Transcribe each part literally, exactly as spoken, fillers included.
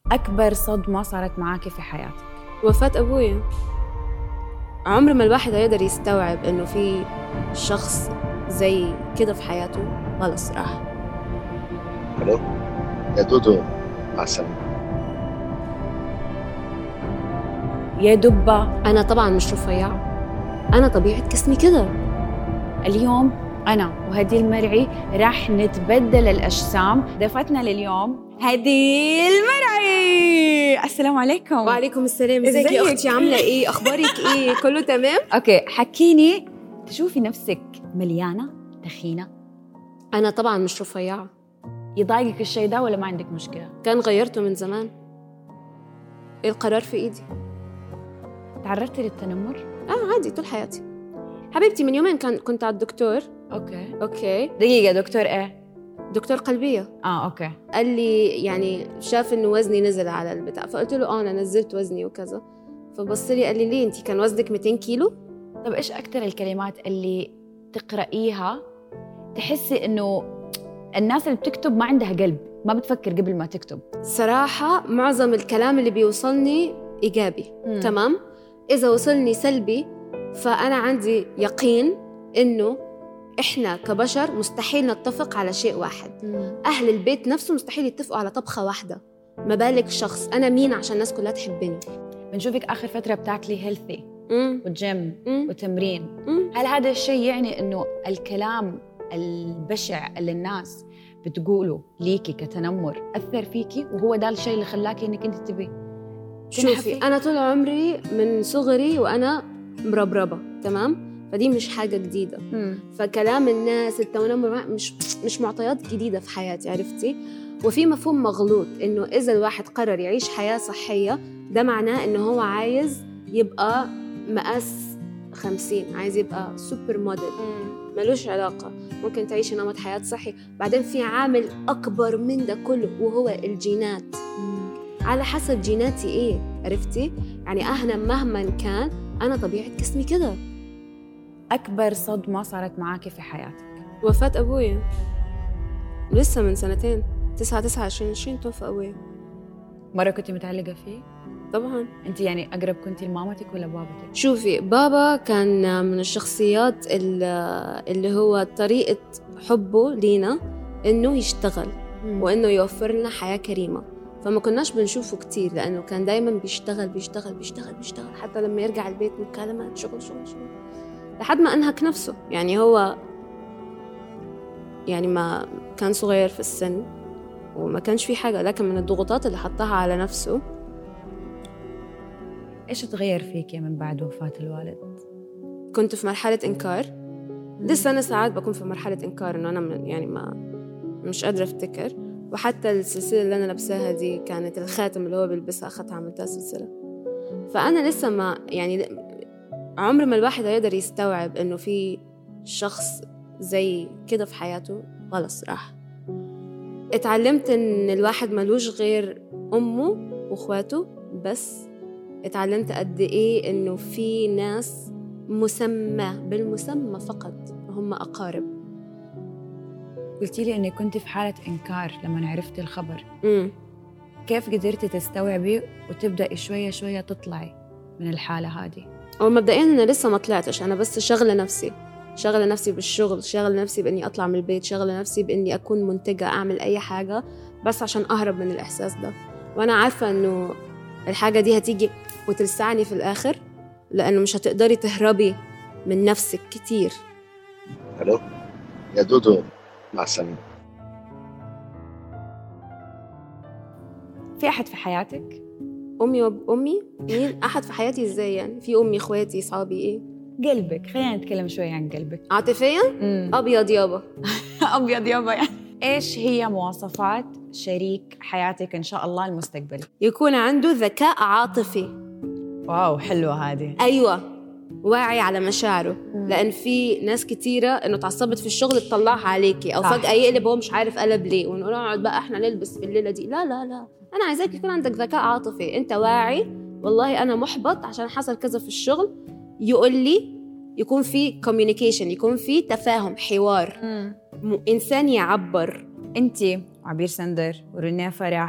أكبر صدمة صارت معاكي في حياتك؟ وفاة أبويا. عمر ما الواحد هيقدر يستوعب إنه في شخص زي كده في حياته. خلاص راح. الو يا دودو، مع السلامة. يا دبة، أنا طبعا مش رفيعة، أنا طبيعة جسمي كده. اليوم أنا وهدي المرعي راح نتبدل الأجسام. ضيفتنا لليوم هدي المرعي. السلام عليكم. وعليكم السلام. ازيك يا أختي؟ عاملة إيه؟ أخبارك إيه؟ كله تمام؟ أوكي، حكيني، تشوفي نفسك مليانة تخينة؟ أنا طبعا مش رفيعة. يضايقك الشيء ده ولا ما عندك مشكلة؟ كان غيرته من زمان، القرار في إيدي. تعرضتي للتنمر؟ آه عادي طول حياتي حبيبتي. من يومين كان كنت على الدكتور. أوكي أوكي دقيقة، دكتور إيه؟ دكتور قلبية. آه أوكي. قال لي يعني شاف إنه وزني نزل على البتاع، فقلت له آه أنا نزلت وزني وكذا. فبص لي قال لي ليه أنتي كان وزنك مئتين كيلو؟ طب إيش أكتر الكلمات اللي تقرأيها تحسي إنه الناس اللي بتكتب ما عندها قلب، ما بتفكر قبل ما تكتب؟ صراحة معظم الكلام اللي بيوصلني إيجابي. مم. تمام. إذا وصلني سلبي فأنا عندي يقين إنه إحنا كبشر مستحيل نتفق على شيء واحد. مم. أهل البيت نفسه مستحيل يتفقوا على طبخة واحدة، ما بالك شخص. أنا مين عشان الناس كلها تحبني؟ بنشوفك آخر فترة بتاكلي هيلثي وجيم مم. وتمرين. مم. هل هذا الشيء يعني إنه الكلام البشع اللي الناس بتقوله ليكي كتنمر أثر فيكي وهو ده الشيء اللي خلاكي إنك أنت تبي؟ شوفي أنا طول عمري من صغري وأنا مربربة، تمام؟ فدي مش حاجة جديدة. مم. فكلام الناس التنمر مش مش معطيات جديدة في حياتي، عرفتي؟ وفي مفهوم مغلوط إنه إذا الواحد قرر يعيش حياة صحية ده معناه إنه هو عايز يبقى مقاس خمسين، عايز يبقى سوبر موديل. ملوش علاقة. ممكن تعيشي نمط حياة صحي. بعدين في عامل أكبر من ده كله وهو الجينات. مم. على حسب جيناتي إيه، عرفتي؟ يعني أهنا مهما كان أنا طبيعة جسمي كده. أكبر صدمة صارت معاكي في حياتك؟ وفاة أبويا لسه من سنتين، تسعة تسعة عشرين عشرين توفى أبويا. مرة كنت متعلقة فيه؟ طبعاً. أنت يعني أقرب كنتي لمامتك ولا بابتك؟ شوفي بابا كان من الشخصيات اللي هو طريقة حبه لينا إنه يشتغل م. وإنه يوفر لنا حياة كريمة، فما كناش بنشوفه كتير لأنه كان دايماً بيشتغل بيشتغل بيشتغل بيشتغل حتى لما يرجع البيت مكالمات شغل شغل شغل لحد ما أنهك نفسه. يعني هو يعني ما كان صغير في السن وما كانش في حاجة، لكن من الضغوطات اللي حطها على نفسه. إيش تغير فيك من بعد وفاة الوالد؟ كنت في مرحلة إنكار. لسه أنا ساعات بكون في مرحلة إنكار إنه أنا من يعني ما مش قادرة أفتكر. وحتى السلسلة اللي أنا لابساها دي كانت الخاتم اللي هو بيلبسها أخذتها عملتها سلسلة. فأنا لسه ما يعني عمر ما الواحد هيقدر يستوعب إنه في شخص زي كده في حياته. خلاص راح. اتعلمت إن الواحد ملوش غير أمه وأخواته بس. اتعلمت قد إيه إنه في ناس مسمى بالمسمى فقط هم أقارب. قلتي لي إنك كنت في حالة إنكار لما عرفتي الخبر. امم كيف قدرتي تستوعبي وتبدأي شوية شوية تطلعي من الحالة هذه؟ أو مبدئياً أنا لسه ما طلعتش، أنا بس شغلة نفسي شغلة نفسي بالشغل، شغلة نفسي بإني أطلع من البيت، شغلة نفسي بإني أكون منتجة، أعمل أي حاجة بس عشان أهرب من الإحساس ده. وأنا عارفة إنه الحاجة دي هتيجي وتلسعني في الآخر لأنه مش هتقدري تهربي من نفسك كتير. الو يا دودو، مع السلامة. في أحد في حياتك؟ أمي وأمي مين؟ أحد في حياتي إزاي يعني؟ في أمي، إخواتي، صحابي، إيه؟ قلبك. خلينا نتكلم شوي عن قلبك. عاطفياً؟ أبيض يابا. أبيض يابا يعني. إيش هي مواصفات شريك حياتك إن شاء الله المستقبلي؟ يكون عنده ذكاء عاطفي. واو حلوة هذه. أيوة، واعي على مشاعره. مم. لأن في ناس كتيرة إنه تعصبت في الشغل تطلعها عليكي أو صح. فجأة يقلب هو مش عارف قلب ليه ونقول نقعد بقى إحنا نلبس في الليلة دي. لا لا لا، أنا عايزاك يكون عندك ذكاء عاطفي. أنت واعي، والله أنا محبط عشان حصل كذا في الشغل، يقول لي، يكون في communication، يكون في تفاهم، حوار. م- إنسان يعبر. أنتي وعبير سندر ورنيا فرح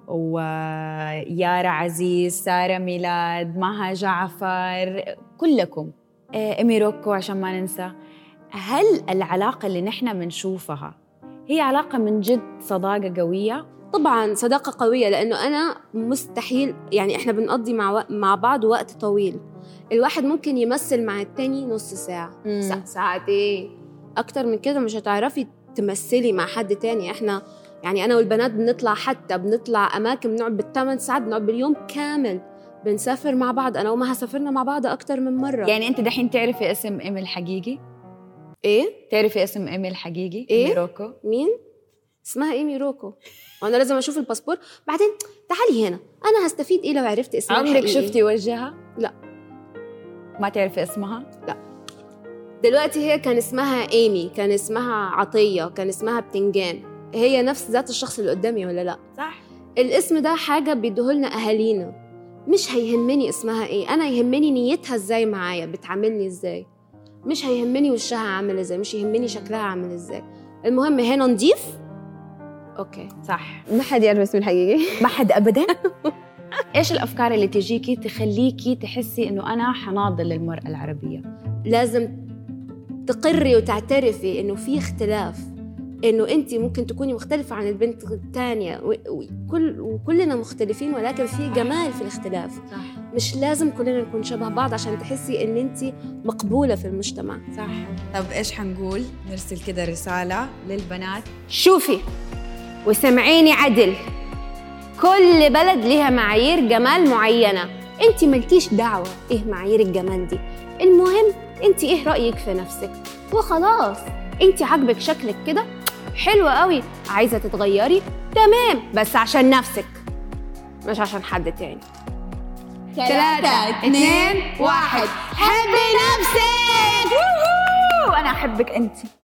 ويارا عزيز، سارة ميلاد، مها جعفر، كلكم، إيمي روكو عشان ما ننسى. هل العلاقة اللي نحن بنشوفها هي علاقة من جد صداقة قوية؟ طبعاً صداقة قوية، لأنه أنا مستحيل يعني إحنا بنقضي مع و... مع بعض وقت طويل. الواحد ممكن يمثل مع التاني نص ساعة، ساعة ساعتين، أكتر من كده مش هتعرفي تمثلي مع حد تاني. إحنا يعني أنا والبنات بنطلع، حتى بنطلع أماكن بنقعد بالثمان ساعات، بنقعد باليوم كامل بنسافر مع بعض. أنا وما سافرنا مع بعض أكتر من مرة. يعني أنت دحين تعرفي اسم إيمي الحقيقي؟ إيه؟ تعرفي اسم إيمي الحقيقي؟ إيه؟ إيمي روكو. مين؟ اسمها إيمي روكو. وأنا لازم أشوف الباسبور بعدين. تعالي هنا، أنا هستفيد إيه لو عرفت اسمها عمرك الحقيقي؟ شفتي وجهها؟ لا. ما تعرفي اسمها؟ لا. دلوقتي هي كان اسمها إيمي، كان اسمها عطية، كان اسمها بتنجان. هي نفس ذات الشخص اللي قدامي ولا لا؟ صح. الاسم ده حاجة بيديهولنا أهالينا، مش هيهمني اسمها إيه، أنا يهمني نيتها إزاي معايا، بتعاملني إزاي. مش هيهمني وشها عامل إزاي، مش يهمني شكلها عامل إزاي. المهم هنا نضيف. أوكي صح. ما حد يعرف اسمي الحقيقي. ما حد أبداً. إيش الأفكار اللي تجيكي تخليكي تحسي إنه أنا حناضل للمرأة العربية؟ لازم تقري وتعترفي إنه في اختلاف، إنه أنت ممكن تكوني مختلفة عن البنت الثانية، وكل وكلنا مختلفين، ولكن في جمال في الاختلاف. صح. مش لازم كلنا نكون شبه بعض عشان تحسي إن أنت مقبولة في المجتمع. صح. طب إيش حنقول؟ نرسل كده رسالة للبنات. شوفي وسمعيني عدل، كل بلد لها معايير جمال معينة، أنت ملكيش دعوة إيه معايير الجمال دي. المهم أنت إيه رأيك في نفسك وخلاص. أنت عاجبك شكلك كده حلوة قوي، عايزة تتغيري، تمام، بس عشان نفسك مش عشان حد تاني. ثلاثة اثنين واحد، حبي نفسك. وأنا أحبك أنت.